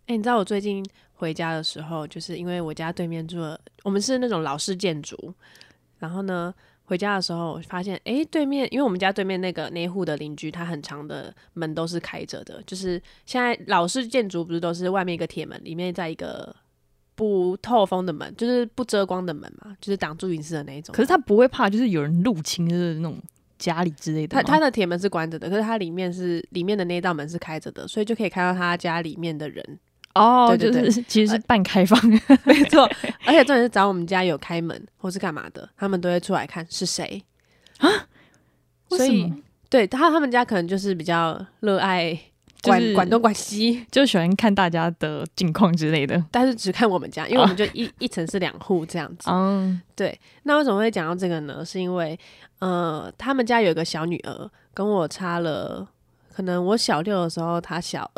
你知道我最近回家的时候，就是因为我家对面住了，我们是那种老式建筑，然后呢，回家的时候我发现，对面，因为我们家对面那户的邻居，他很长的门都是开着的，就是现在老式建筑不是都是外面一个铁门，里面再一个不透风的门，就是不遮光的门嘛，就是挡住隐私的那一种。 可是他不会怕就是有人入侵的那种家里之类的吗？ 他的铁门是关着的，可是他里面的那道门是开着的，所以就可以看到他家里面的人。对对对， 就是其实是半开放， 没错。而且重点是，只要我们家有开门或是干嘛的，他们都会出来看是谁啊。所以对他们家可能就是比较热爱管东管西， 就喜欢看大家的近况之类的。 但是只看我们家，因为我们就一层是2户这样子。对。那为什么会讲到这个呢？是因为他们家有一个小女儿，跟我差了，可能我小6的时候，她小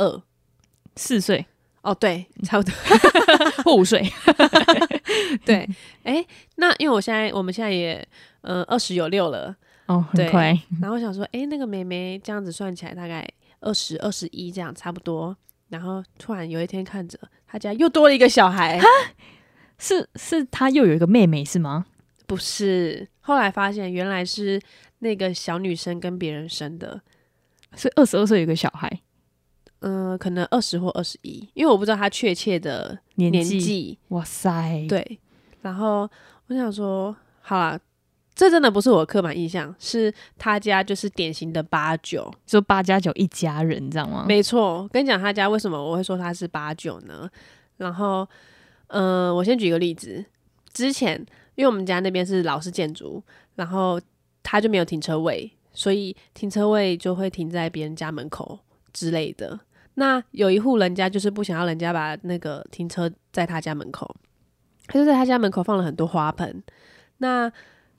2，4 岁。 对，差不多或5岁。 对。那因为我们现在也20有6了， 很快。 然后我想说那个妹妹这样子算起来大概20、21这样差不多，然后突然有一天看着她家又多了一个小孩。 是她又有一个妹妹是吗？ 不是，后来发现原来是那个小女生跟别人生的， 所以22岁有一个小孩。 可能20或21，因为我不知道他确切的年纪。 哇塞！ 对，然后我想说，好啦，这真的不是我刻板印象，是他家就是典型的89， 就8+9一家人，你知道吗？ 没错，跟你讲他家为什么我会说他是89呢？然后，我先举一个例子，之前因为我们家那边是老式建筑，然后他就没有停车位，所以停车位就会停在别人家门口之类的。那有一户人家就是不想要人家把那个停车在他家门口，他就在他家门口放了很多花盆。那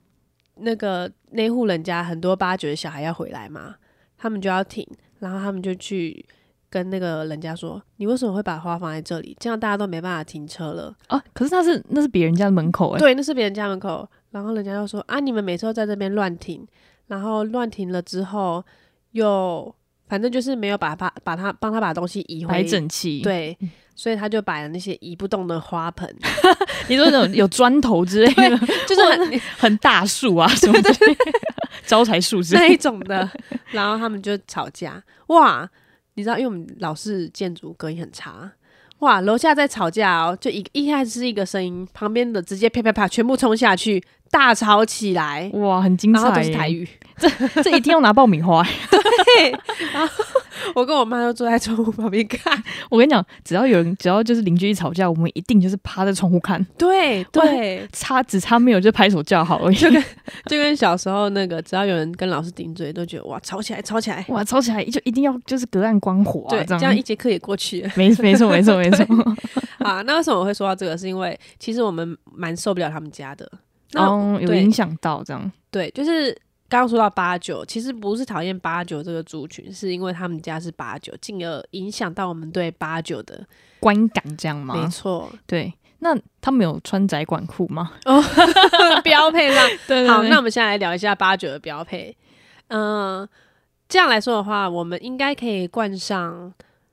户人家很多8、9的小孩要回来嘛，他们就要停，然后他们就去跟那个人家说：“你为什么会把花放在这里？这样大家都没办法停车了。” 可是那是别人家的门口对，那是别人家门口。然后人家就说：“你们每次都在这边乱停，然后乱停了之后又。”反正就是没有帮他把东西移回摆整齐， 对，所以他就摆了那些移不动的花盆。 你说那种有砖头之类的， 就是很大树啊什么的，招财树之类的那一种的。然后他们就吵架，哇！你知道，因为我们老式建筑隔音很差，哇！楼下在吵架就一开始是一个声音，旁边的直接啪啪啪全部冲下去，大吵起来， 哇，很精彩， 然后都是台语。 这一定要拿爆米花。 对，然后我跟我妈就坐在窗户旁边看。 我跟你讲，只要就是邻居一吵架，我们一定就是趴在窗户看。 对， 只差没有就拍手叫好而已。 就跟小时候那个，只要有人跟老师顶嘴，都觉得哇吵起来， 哇吵起来就一定要就是隔岸观火对，这样一节课也过去了。 没错。 啊，那为什么我会说到这个？是因为其实我们蛮受不了他们家的。 有影响到这样。 对，就是刚刚说到89，其实不是讨厌89这个族群，是因为他们家是89，进而影响到我们对89的观感，这样吗？ 没错， 对。那他们有穿窄管裤吗？ 标配上。 对。 好，那我们现在来聊一下89的标配。这样来说的话，我们应该可以冠上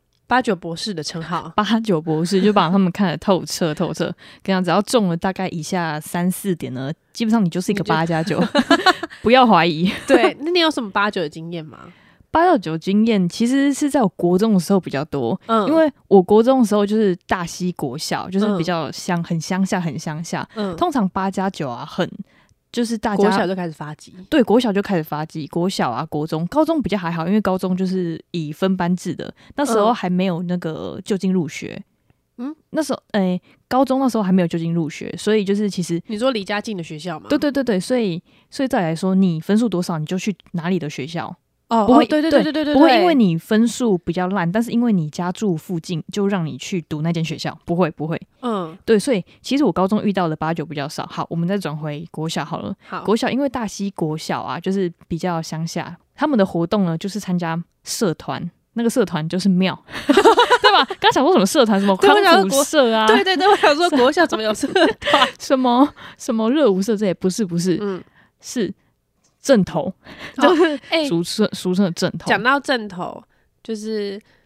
89博士的称号。 89博士就把他们看得透彻。跟你讲，只要中了大概以下3、4点呢，基本上你就是一个8+9，不要怀疑。 对，那你有什么89的经验吗 ？8+9经验其实是在我国中的时候比较多，因为我国中的时候就是大溪国小，就是比较很乡下。通常8+9啊，就是大家国小就开始发鸡。 对，国小就开始发鸡。国小啊，国中、高中比较还好，因为高中就是以分班制的，那时候还没有那个就近入学。那时候高中那时候还没有就近入学，所以就是其实你说离家近的学校吗？ 对，所以再来说，你分数多少你就去哪里的学校。 不会，对， 不会因为你分数比较烂，但是因为你家住附近，就让你去读那间学校，不会。对，所以其实我高中遇到的8+9比较少。好，我们再转回国小好了。 好， 国小因为大溪国小啊，就是比较乡下，他们的活动呢就是参加社团，那个社团就是庙，对吧？刚想说什么社团，什么康复社啊？ 对，我想说国小怎么有社团？ 什么热舞社，这也不是，是。正头，就是俗称的正头。 讲到正头，就是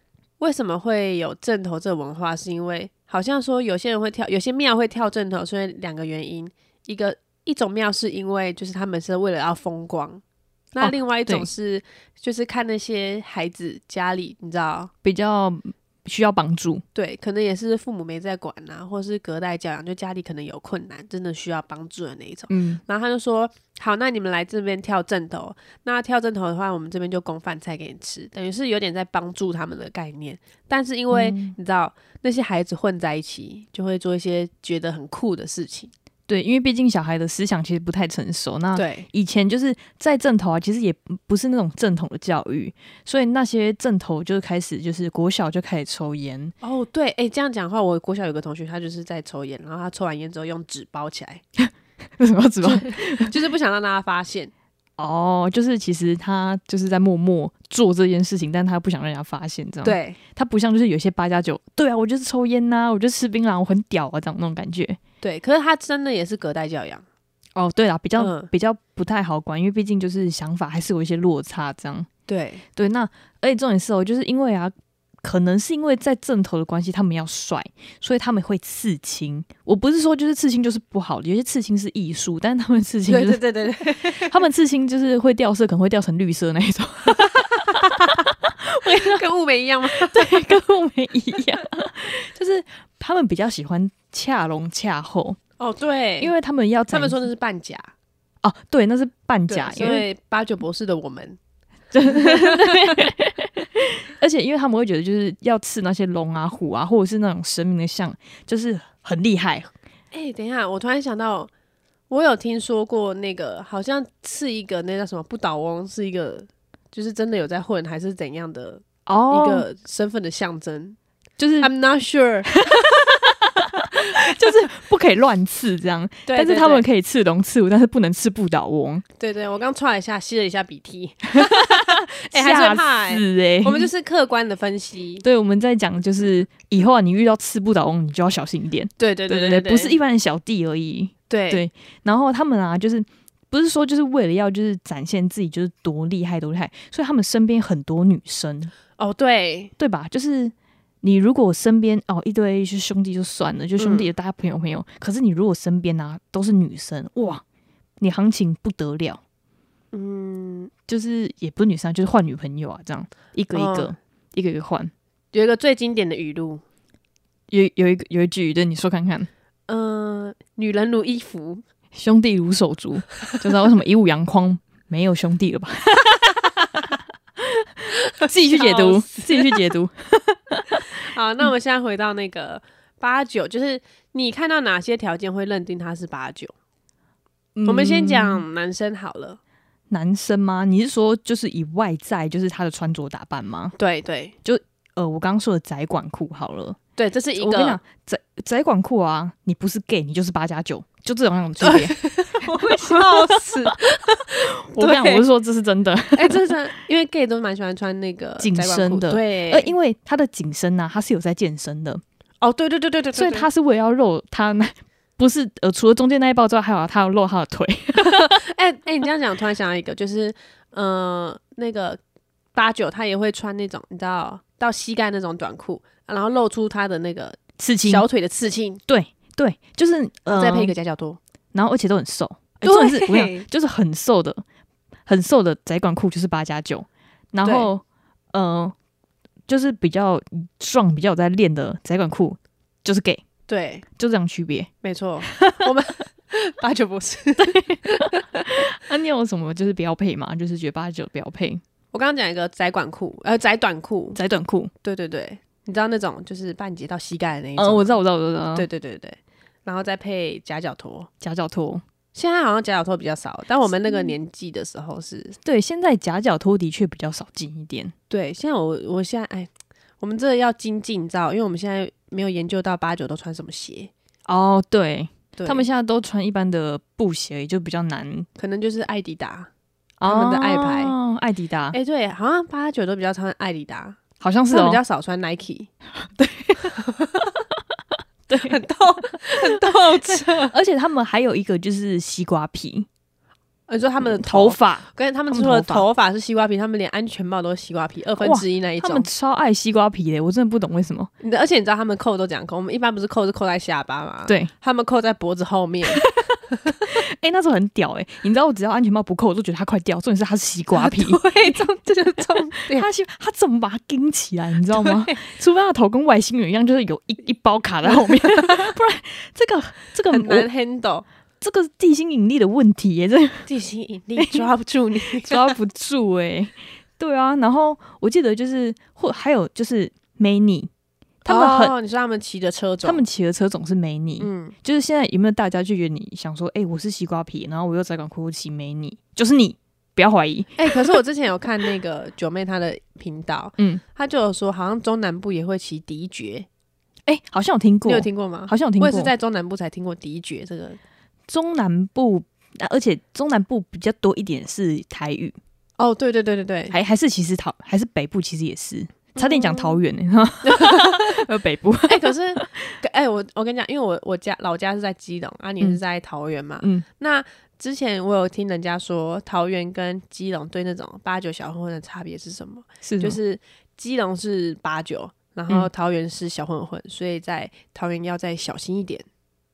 为什么会有正头这文化，是因为好像说有些人会跳，有些庙会跳正头，所以2个原因，一种庙是因为就是他们是为了要风光，那另外一种是就是看那些孩子家里你知道比较需要帮助， 对，可能也是父母没在管啊，或是隔代教养，就家里可能有困难，真的需要帮助的那一种。然后他就说，好，那你们来这边跳正头，那跳正头的话，我们这边就供饭菜给你吃，等于是有点在帮助他们的概念。但是因为你知道那些孩子混在一起，就会做一些觉得很酷的事情。 对，因为毕竟小孩的思想其实不太成熟，那对以前就是在正头啊，其实也不是那种正统的教育，所以那些正头就开始就是国小就开始抽烟。 哦，对，这样讲的话，我国小有个同学，他就是在抽烟，然后他抽完烟之后用纸包起来， 为什么要纸包？ 就是不想让大家发现。 哦，就是其实他就是在默默做这件事情，但他不想让人家发现，这样。 对， 他不像就是有些8+9，对啊，我就是抽烟呐，我就吃槟榔，我很屌啊，这样那种感觉。 对，可是他真的也是隔代教养。 哦，对啦，比较不太好管，因为毕竟就是想法还是有一些落差，这样。 对对，那而且重点是就是因为啊，可能是因为在正头的关系，他们要帅，所以他们会刺青。我不是说就是刺青就是不好的，有些刺青是艺术，但是他们刺青就是对， 他们刺青就是会掉色，可能会掉成绿色那一种。 跟雾眉一样吗？ 对，跟雾眉一样，就是他们比较喜欢恰龙恰后。 哦，对， 因为他们他们说那是半甲。 哦，对，那是半甲， 因为89博士的我们。 而且因为他们会觉得就是要刺那些龙啊虎啊或者是那种神明的像就是很厉害。 等一下，我突然想到我有听说过那个好像刺一个那叫什么不倒翁，是一个就是真的有在混还是怎样的一个身份的象征， 就是 I'm not sure。 就是不可以乱刺这样， 对， 但是他们可以刺龙刺虎，但是不能刺不倒翁。 对，我刚唰了一下，吸了一下鼻涕， 还是怕我们就是客观的分析。 对，我们在讲就是以后你遇到刺不倒翁，你就要小心一点。 对， 不是一般的小弟而已。对，然后他们啊，就是不是说就是为了要就是展现自己就是多厉害，所以他们身边很多女生。 哦，对吧？就是你如果身边一堆是兄弟就算了，就兄弟大家朋友，可是你如果身边啊都是女生，哇，你行情不得了。就是也不是女生，就是换女朋友啊，这样一个换。 有一个最经典的语录， 有一句，对，你说看看。 女人如衣服， 兄弟如手足，就知道为什么一五阳光没有兄弟了吧？自己去解读。 好，那我们现在回到那个89，就是你看到哪些条件会认定他是89？我们先讲男生好了。 男生吗？你是说就是以外在，就是他的穿着打扮吗？ 对， 就我刚刚说的窄管裤好了。 对，这是一个。 我跟你讲，窄管裤啊，你不是 gay， 你就是8+9，就这种那种区别。 我会笑死。 我跟你讲，我是说这是真的。 这是真的，因为 gay 都蛮喜欢穿那个紧身的。 对， 因为他的紧身啊，他是有在健身的。 哦，对， 所以他是为了要露他那。不是除了中间那一包之外，还有他要露他的腿。 你这样讲，突然想到一个，就是那个89他也会穿那种你知道到膝盖那种短裤，然后露出他的那个刺青， 小腿的刺青。 对，就是再配一个夹脚拖， 然后而且都很瘦。 对， 是我讲就是很瘦的窄管裤就是8+9，然后就是比较壮、比较有在练的窄管裤就是 gay。 对， 就这样区别， 没错。我们89博士。 你有什么就是标配吗？就是觉得89标配。 我刚刚讲一个窄短裤，窄短裤。对，你知道那种就是半截到膝盖的那一种。 我知道。 对。然后再配夹脚拖。现在好像夹脚拖比较少，但我们那个年纪的时候是。 对，现在夹脚拖的确比较少见一点。 对，现在我现在我们这个要精进，你知道，因为我们现在没有研究到89都穿什么鞋。 对，他们现在都穿一般的布鞋，也就比较难。 可能就是艾迪达，他们的爱牌。 艾迪达。 对，好像89都比较穿艾迪达， 好像是比较少穿 Nike。对，很透彻。 而且他们还有一个就是西瓜皮。 你说他们的头发， 跟他们除了头发是西瓜皮，他们连安全帽都是西瓜皮1/2那一种。 他们超爱西瓜皮的，我真的不懂为什么。 而且你知道他们扣都怎样扣？我们一般不是扣是扣在下巴吗？ 对， 他们扣在脖子后面。 那时候很屌你知道我只要安全帽不扣，我都觉得它快掉。重点是它是西瓜皮， 对，这就是重点。 他怎么把它钉起来？你知道吗？除非他头跟外星人一样，就是有一包卡在后面，不然这个很难 handle。 这个地心引力的问题耶，这地心引力抓不住你， 抓不住对啊，然后我记得就是还有就是美女，他们你说他们骑的车种， 他们骑的车种是美女，就是现在有没有大家就觉得你想说，我是西瓜皮，然后我又在港酷骑美女，就是你，不要怀疑。 可是我之前有看那个九妹她的频道，她就有说，好像中南部也会骑迪爵， 好像有听过， 你有听过吗？ 好像有听过， 我也是在中南部才听过迪爵这个。 中南部，而且中南部比较多一点是台语。 对对对对对， 还是其实还是北部其实也是，差点讲桃园北部。 可是我跟你讲，因为我老家是在基隆啊，你是在桃园嘛，那之前我有听人家说，桃园跟基隆对那种8/9小混混的差别是什么？就是基隆是8/9，然后桃园是小混混，所以在桃园要再小心一点。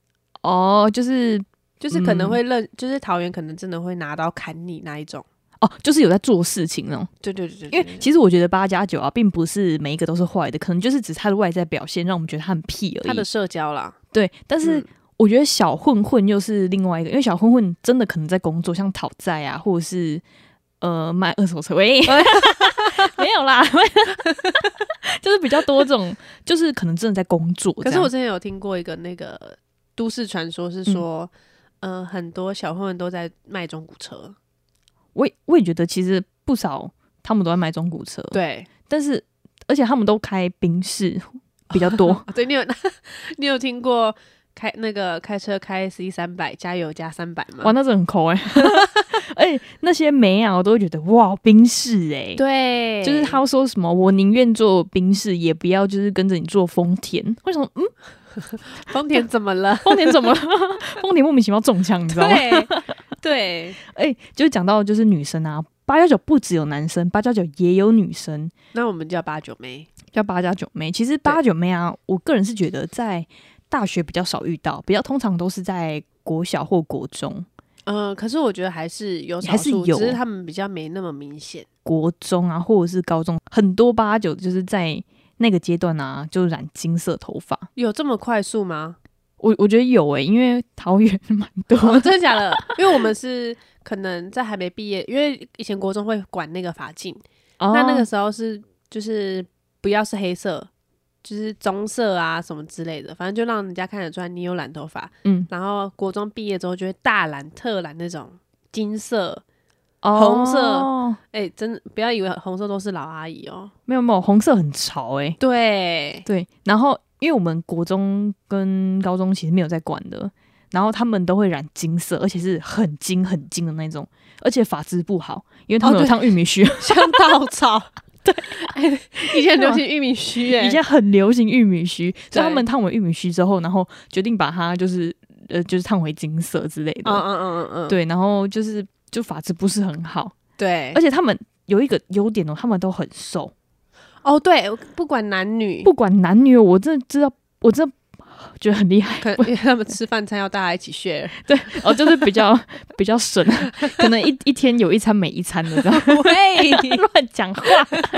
就是可能会就是桃园可能真的会拿刀砍你那一种。 就是有在做事情那种。 对对对对， 因为其实我觉得8+9啊，并不是每一个都是坏的，可能就是只是他的外在表现让我们觉得他很屁而已。 他的社交啦， 对，但是我觉得小混混又是另外一个，因为小混混真的可能在工作，像讨债啊，或者是卖二手车，没有啦，就是比较多这种，就是可能真的在工作。 可是我之前有听过一个那个都市传说，是说，很多小混混都在卖中古车。 我也觉得其实不少他们都在卖中古车， 对， 但是而且他们都开宾士比较多。 对，你有听过开车开 C300 加油加300吗？ 哇，那真的很抠而且那些美啊，我都会觉得哇，宾士对， 就是他说什么，我宁愿坐宾士，也不要就是跟着你坐丰田。为什么？ 丰田怎么了？ 丰田怎么了？丰田莫名其妙中枪，你知道吗？ 对， 就是讲到就是女生啊，8+9不只有男生，8+9也有女生。 那我们叫8/9妹， 叫8+9妹。其实8+9妹啊，我个人是觉得在大学比较少遇到，比较通常都是在国小或国中。 可是我觉得还是有少数， 还是有， 只是他们比较没那么明显。 国中啊，或者是高中，很多8+9就是在那个阶段啊，就染金色头发。 有这么快速吗？ 我觉得有因为桃园蛮多。 真的假的？因为我们是可能在还没毕业，因为以前国中会管那个发镜，那个时候是就是不要是黑色，就是棕色啊什么之类的，反正就让人家看得出来你有染头发。然后国中毕业之后就会大染特染那种金色、红色。真的不要以为红色都是老阿姨哦。 没有，红色很潮对， 然后因为我们国中跟高中其实没有在管的，然后他们都会染金色，而且是很金很金的那种，而且发质不好，因为他们有烫玉米须， 像稻草。对，以前很流行玉米须以前很流行玉米须，所以他们烫完玉米须之后，然后决定把它就是烫回金色之类的。对，然后就发质不是很好。 对， 而且他们有一个优点他们都很瘦。 对，不管男女， 我真的知道，我真的觉得很厉害。 可能因为他们吃饭餐要大家一起 share。 对，就是比较省，可能一天有一餐没一餐的这样。 喂， 乱讲话。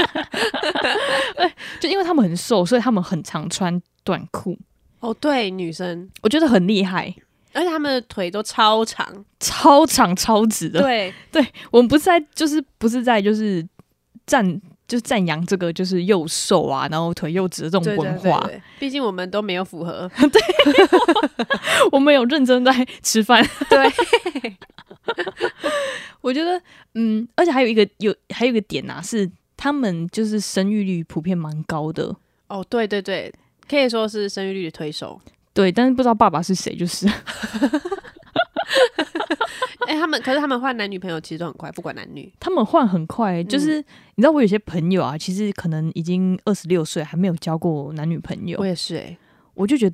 就因为他们很瘦，所以他们很常穿短裤。 对，女生我觉得很厉害， 而且他们的腿都超长超直的。 对， 我们不是在赞扬这个就是又瘦啊，然后腿又直的这种文化。 毕竟我们都没有符合。 对，我们有认真在吃饭。 对， 我觉得而且还有一个点啊，是他们就是生育率普遍蛮高的。 对对对，可以说是生育率的推手。 对，但是不知道爸爸是谁，就是。 可是他们换男女朋友其实都很快，不管男女， 他们换很快。就是你知道，我有些朋友啊，其实可能已经26岁还没有交过男女朋友。 我也是我就觉得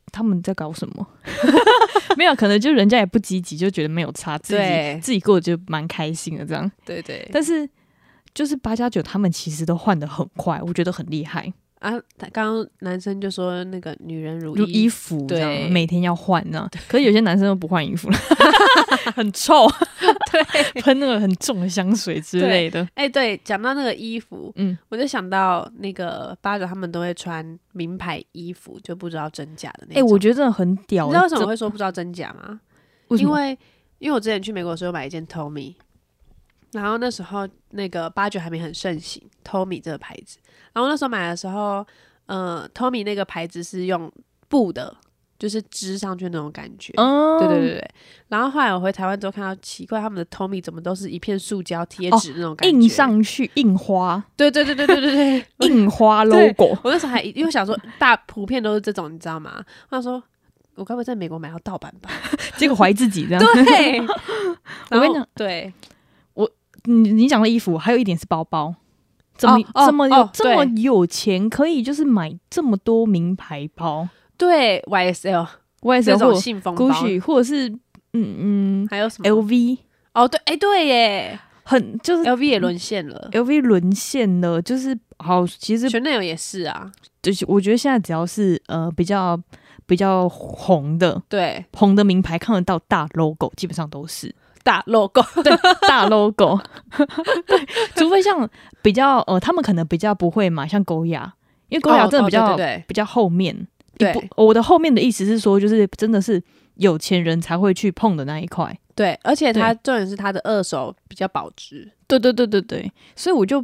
他们在搞什么？没有，可能就人家也不积极，就觉得没有差，自己过得就蛮开心的这样。 对对， 但是就是8+9他们其实都换得很快，我觉得很厉害啊。刚刚男生就说那个女人如衣服这样， 对， 每天要换这样。可是有些男生都不换衣服了，很臭， 对， 喷那个很重的香水之类的。 对，讲到那个衣服，我就想到那个8+9他们都会穿名牌衣服，就不知道真假的那种。 我觉得真的很屌。 你知道为什么会说不知道真假吗？因为我之前去美国的时候买一件 Tommy， 然后那时候那个8+9还没很盛行 Tommy 这个牌子，然后那时候买的时候Tommy 那个牌子是用布的，就是织上去那种感觉。对。然后后来我回台湾之后看到奇怪，他们的 Tommy 怎么都是一片塑胶贴纸那种感觉， 印上去印花。 对， 印花 logo。 我那时候还因为想说普遍都是这种，你知道吗？我想说我该不会在美国买到盗版吧？ 结果怀疑自己这样。 对， 我跟你讲， 对你讲的衣服，还有一点是包包。这么有钱，可以就是买这么多名牌包。 对 ，YSL 这种信封包 ，Gucci 或者是还有什么 LV。 对耶， 很就是 LV 也沦陷了 ，LV 沦陷了，就是好，其实 Chanel 也是啊。 就是我觉得现在只要是比较红的， 对， 红的名牌看得到大 logo， 基本上都是。 大 logo， 对，大 logo， 对，除非像比较他们可能比较不会买像狗雅，因为狗雅真的比较后面。对，我的后面的意思是说，就是真的是有钱人才会去碰的那一块。 对，而且它重点是它的二手比较保值。 对，所以我就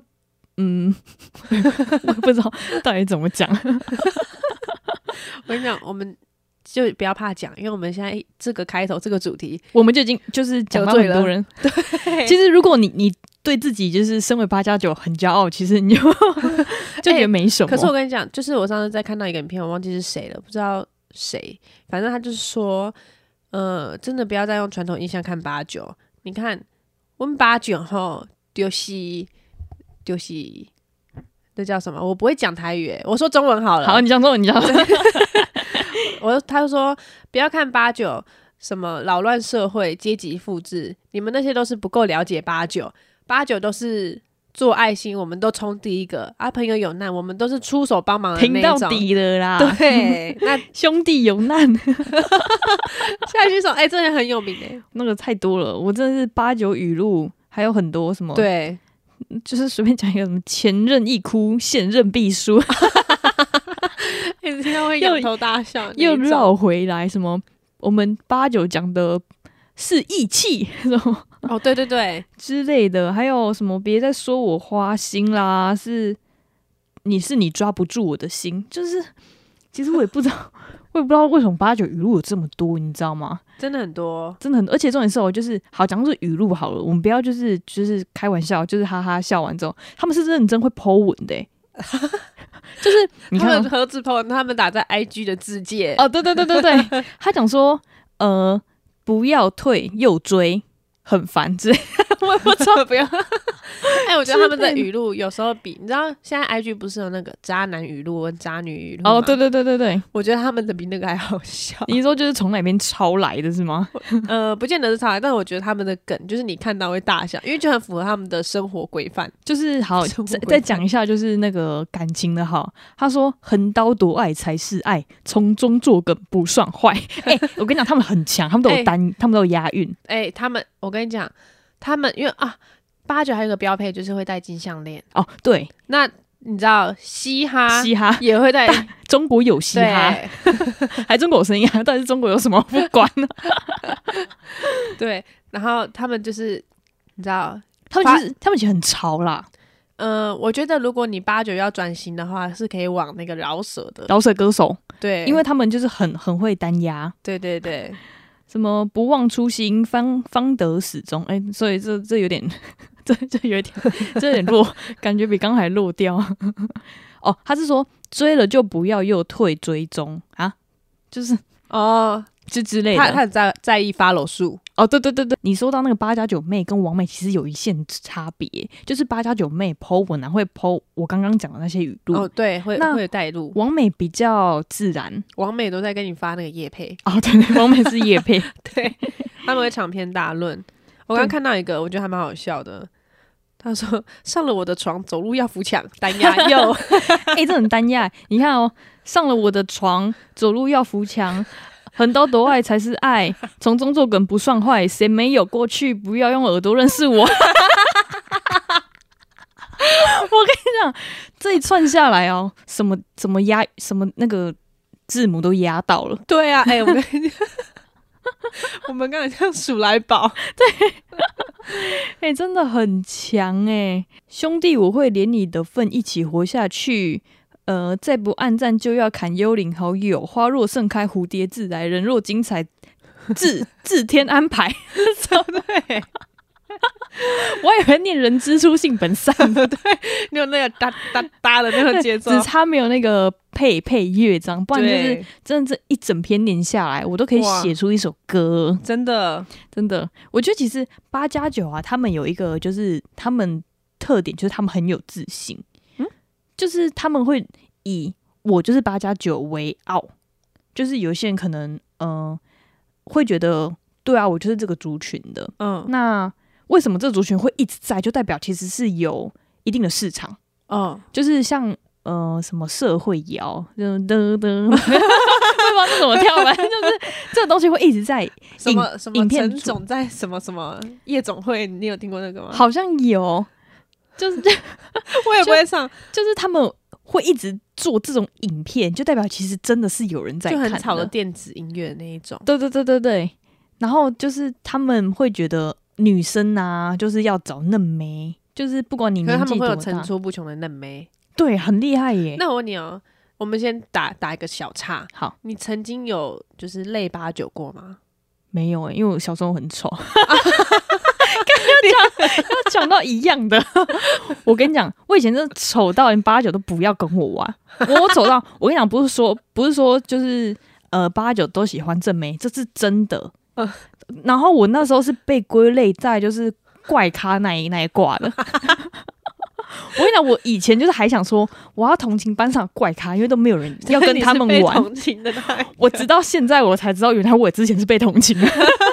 我不知道到底怎么讲。 我跟你讲，我们就不要怕讲，因为我们现在这个开头这个主题， 我们就已经就是讲到很多人。对，其实如果你对自己就是身为8+9很骄傲，其实你就觉得没什么。 可是我跟你讲，就是我上次在看到一个影片，我忘记是谁了，不知道谁，反正他就是说，真的不要再用传统印象看8+9。你看我们8+9吼，就是那叫什么？我不会讲台语，我说中文好了。 好，你讲中文，你讲中文。 他就说不要看8+9什么扰乱社会、阶级复制，你们那些都是不够了解8+9都是做爱心，我们都冲第一个啊！朋友有难，我们都是出手帮忙的那种， 听到底了啦。 对，那兄弟有难， 下一句说，真的很有名那个太多了，我真的是8+9语录，还有很多什么， 对， 就是随便讲一个什么前任一哭，现任必输。 你听到会仰头大笑， 又绕回来什么？我们8+9讲的是义气，什么对之类的，还有什么别再说我花心啦，你抓不住我的心，就是其实我也不知道为什么8+9语录有这么多，你知道吗？ 真的很多， 而且重点是就是好讲是语录好了，我们不要就是开玩笑，就是哈哈笑完之后，他们是认真会 po 文的就是你看他们何止 po 文，他们打在 IG 的字界。 对，他讲说不要退又追，很烦之类。我也不知道不要。我觉得他们的语录有时候比你知道，现在 IG 不是有那个渣男语录跟渣女语录吗？ 对， 我觉得他们的比那个还好笑。 你说就是从哪边抄来的是吗？ 不见得是抄来，但我觉得他们的梗就是你看到会大笑，因为就很符合他们的生活规范。 就是好，再讲一下，就是那个感情的好。他说横刀夺爱才是爱，从中作梗不算坏。我跟你讲，他们很强，他们都有他们都有押韵。 我跟你讲，他们因为8+9还有一个标配就是会戴金项链。 对， 那你知道嘻哈也会戴， 中国有嘻哈，还中国有声音啊？到底是中国有什么？不管了。 对，然后他们就是你知道， 他们其实很潮啦。 我觉得如果你8+9要转型的话，是可以往那个饶舌歌手， 对， 因为他们就是很会单押。 对。 什么不忘初心，方得始终。所以这有点，这有点弱，感觉比刚才弱掉。他是说追了就不要又退追踪啊，就是就之类的。 他很在意 follow 数。 哦，对对对对，你说到那个8+9妹跟网美其实有一线差别，就是8+9妹 po 文啊会 po 我刚刚讲的那些语录。 哦，对，会有带入。 网美比较自然， 网美都在跟你发那个业配。 哦，对对，网美是业配， 对，他们会长篇大论。我刚刚看到一个，我觉得还蛮好笑的。他说：“上了我的床，走路要扶墙，单压又。” 哎，这很单压。你看哦，上了我的床，走路要扶墙。横刀夺爱才是爱，从中作梗不算坏，谁没有过去？不要用耳朵认识我。我跟你讲，这一串下来哦，什么压，什么那个字母都压到了。 对啊，我跟你讲，我们刚才像鼠来宝， 对，真的很强兄弟，我会连你的份一起活下去。再不按赞就要砍幽灵好友，花若盛开蝴蝶自来，人若精彩自天安排。对，我以为念人之初性本善的， 对，你有那个哒哒哒的那个节奏， 只差没有那个配乐章，不然就是真的这一整篇念下来，我都可以写出一首歌。 真的， 我觉得其实8+9啊，他们有一个就是他们特点，就是他们很有自信。就是他们会以我就是8+9为傲，就是有些人可能会觉得对啊，我就是这个族群的，那为什么这个族群会一直在？就代表其实是有一定的市场，就是像什么社会摇，不知道是怎么跳，反正就是这个东西会一直在什么陈总在什么什么夜总会，你有听过那个吗？ 好像有。就是我也不会唱， 就是他们会一直做这种影片，就代表其实真的是有人在看的， 就很吵的电子音乐那一种。 对，然后就是他们会觉得女生啊，就是要找嫩妹，就是不管你年纪多大， 可是他们会有层出不穷的嫩妹， 对，很厉害耶。 那我问你哦，我们先打一个小岔。 好， 你曾经有就是类8+9过吗？ 没有因为我小时候很丑。要讲到一样的，我跟你讲，我以前真的丑到连8+9都不要跟我玩。我丑到，我跟你讲，不是说就是8+9都喜欢正妹，这是真的。然后我那时候是被归类在就是怪咖那一挂的。我跟你讲，我以前就是还想说，我要同情班上的怪咖，因为都没有人要跟他们玩。 同情的我直到现在我才知道，原来我之前是被同情的。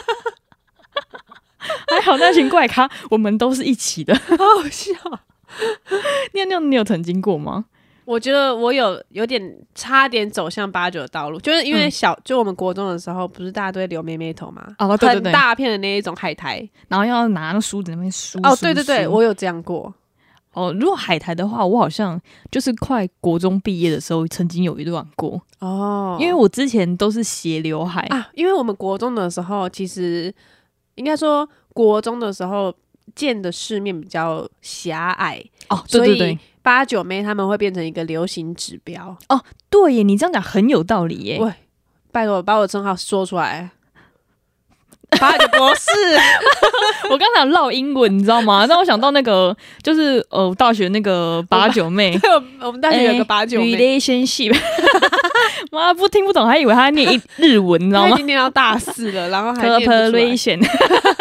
还好那群怪咖，我们都是一起的， 好好笑。 你有曾经过吗？ 我觉得我有点差点走向8+9的道路，就是因为就我们国中的时候，不是大家都会留妹妹头吗？ 哦，对， 很大片的那一种海苔， 然后要拿那梳子那边梳。 哦，对，我有这样过。 哦，如果海苔的话，我好像就是快国中毕业的时候，曾经有一段过。哦，因为我之前都是斜刘海啊，因为我们国中的时候，其实应该说国中的时候见的世面比较狭隘哦，对 ，8+9妹他们会变成一个流行指标。 哦，对耶，你这样讲很有道理耶。 喂，拜托把我称号说出来。8+9博士， 我刚才有唠英文，你知道吗？让我想到那个，就是大学那个8+9妹， 对，我们大学有个8+9妹 relationship， 妈听不懂，还以为他念日文，你知道吗？ 他已经念到大4了，然后还念不出来。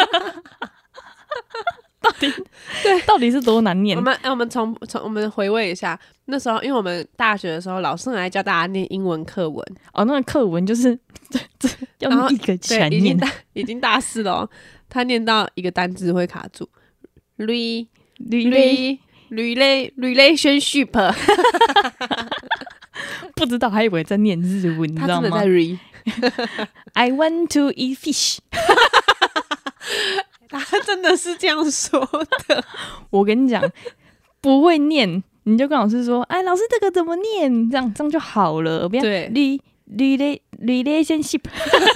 到底是多难念？我们从我们回味一下，那时候因为我们大学的时候，老师很爱教大家念英文课文。 哦，那个课文就是要一个起来念， 已经大4了哦。他念到一个单字会卡住，relationship， 不知道还以为在念日文，你知道吗？ 他真的在 re I want to eat fish。 他真的是这样说的。 我跟你讲，不会念你就跟老师说，哎，老师这个怎么念？这样就好了，不要对 relationship。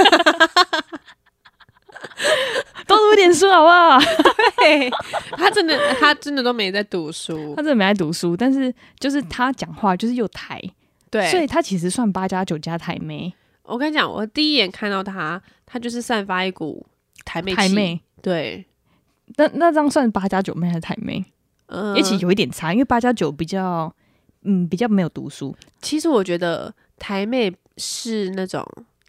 多读点书好不好？ 对，他真的都没在读书， 他真的没在读书，但是就是他讲话就是又台， 对， 所以他其实算8+9加台妹。 我跟你讲，我第一眼看到他就是散发一股台妹。对， 那这样算8+9妹还是台妹？一起有一点差，因为8+9比较没有读书。 其实我觉得台妹是那种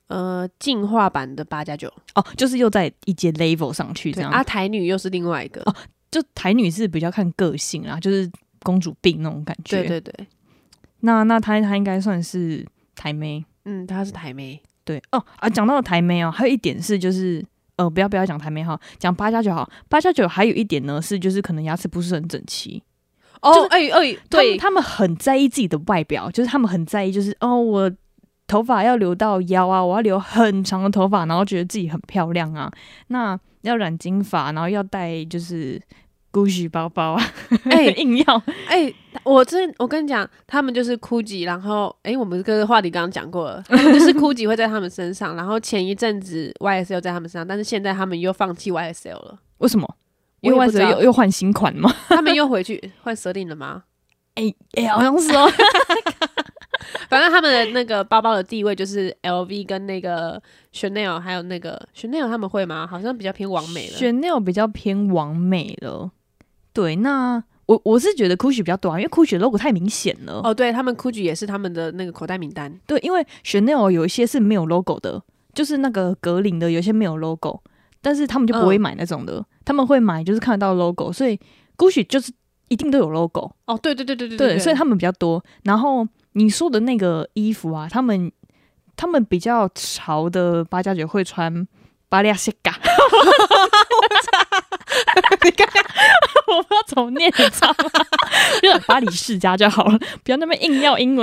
进化版的8+9 哦，就是又在一阶 level 上去这样。 啊，台女又是另外一个哦，就台女是比较看个性啦，就是公主病那种感觉。 对对对， 那她应该算是台妹。 她是台妹。 对哦啊，讲到台妹哦，还有一点是就是不要讲台妹哈，讲8+9好。8+9还有一点呢是就是可能牙齿不是很整齐。 哦， 对，他们很在意自己的外表，就是他们很在意，就是我头发要留到腰啊，我要留很长的头发，然后觉得自己很漂亮啊。那要染金发，然后要带就是Gucci 包包啊，硬要。 我跟你讲，他们就是 Gucci， 然后我们这个话题刚刚讲过了，他们就是 Gucci 会在他们身上，然后前一阵子 YSL 在他们身上，但是现在他们又放弃 YSL 了， 为什么？因为 YSL 又换新款吗？ 他们又回去换蛇令了吗？ 好像是哦。 反正他们的那个包包的地位就是 LV 跟那个 Chanel， 还有那个 Chanel 他们会吗？好像比较偏完美了。 Chanel 比较偏完美了。对，那我是觉得 Gucci 比较多，因为 Gucci 的 logo 太明显了。 哦，对，他们 Gucci 也是他们的那个口袋名单。 对，因为 Chanel 有一些是没有 logo 的，就是那个格林的有些没有 logo， 但是他们就不会买那种的，他们会买就是看得到 logo， 所以 Gucci 就是一定都有 logo。 哦，对， 所以他们比较多。然后你说的那个衣服啊，他们比较潮的8+9会穿巴利亚西嘎。你刚刚我不知道怎么念，你知道吗？就巴黎世家就好了，不要那么硬要英文。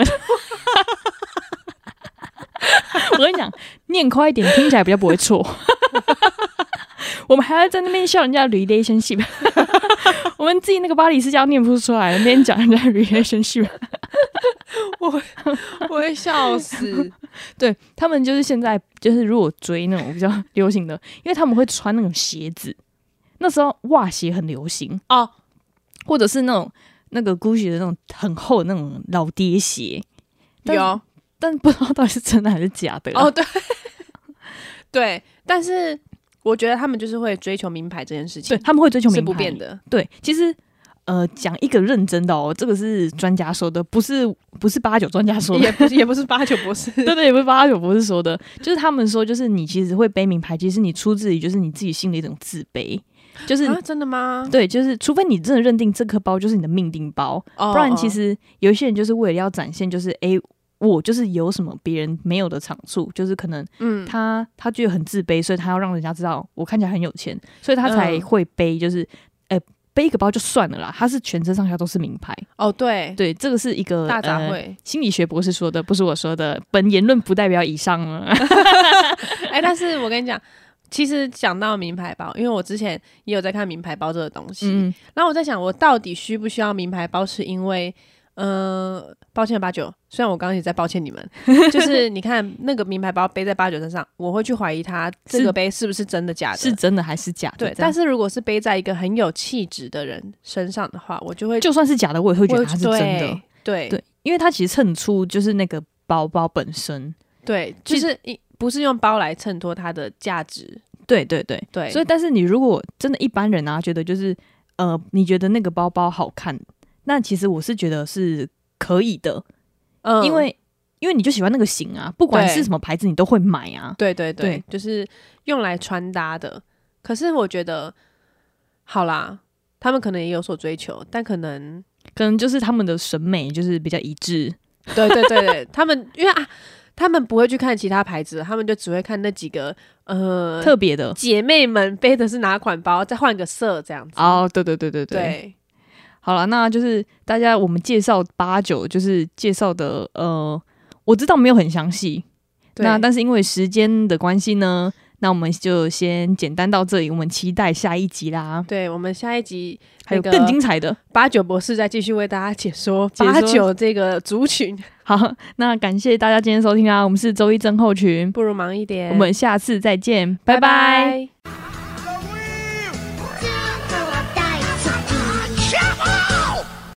我跟你讲，念快一点，听起来比较不会错。我们还要在那边笑人家 relationship， 我们自己那个巴黎世家念不出来，那边讲人家 relationship， 我会笑死。 对，他们就是现在就是如果追那种比较流行的，因为他们会穿那种鞋子，那时候袜鞋很流行哦，或者是那个 Gucci 的那种很厚的那种老爹鞋，但不知道到底是真的还是假的。 哦，对，对，但是我觉得他们就是会追求名牌这件事情， 对，他们会追求名牌是不变的。 对，其实讲一个认真的这个是专家说的，不是8+9专家说的， 也不是8+9博士， 对，也不是8+9博士说的，就是他们说，就是你其实会背名牌，其实你出自于就是你自己心里一种自卑。就是真的吗？ 对，就是除非你真的认定这颗包就是你的命定包，不然其实有一些人就是为了要展现，就是我就是有什么别人没有的长处，就是可能他觉得很自卑，所以他要让人家知道我看起来很有钱，所以他才会背，就是背一个包就算了啦，他是全身上下都是名牌。 哦，对， 这个是一个大杂烩， 心理学博士说的，不是我说的，本言论不代表以上了。 但是我跟你讲。其实讲到名牌包，因为我之前也有在看名牌包这个东西，然后我在想，我到底需不需要名牌包？是因为，抱歉8+9，虽然我刚刚也在抱歉你们，就是你看那个名牌包背在8+9身上，我会去怀疑它这个背是不是真的假的， 是真的还是假的？ 对，但是如果是背在一个很有气质的人身上的话，我就会， 就算是假的，我也会觉得它是真的。 对， 因为它其实衬出就是那个包包本身， 对，就是不是用包来衬托它的价值。 对，所以但是你如果真的一般人啊，觉得就是你觉得那个包包好看，那其实我是觉得是可以的，因为你就喜欢那个型啊，不管是什么牌子你都会买啊。 对，就是用来穿搭的。可是我觉得，好啦，他们可能也有所追求，但可能就是他们的审美就是比较一致。 对，他们因为他们不会去看其他牌子，他们就只会看那几个特别的姐妹们背的是哪款包，再换个色这样子。 哦，对。好了，那就是大家我们介绍8+9，就是介绍的我知道没有很详细，那但是因为时间的关系呢，那我们就先简单到这里，我们期待下一集啦。 对，我们下一集还有更精彩的 8+9博士再继续为大家解说8+9这个族群。 好，那感谢大家今天收听啊，我们是周一症候群， 不如忙一点， 我们下次再见，拜拜。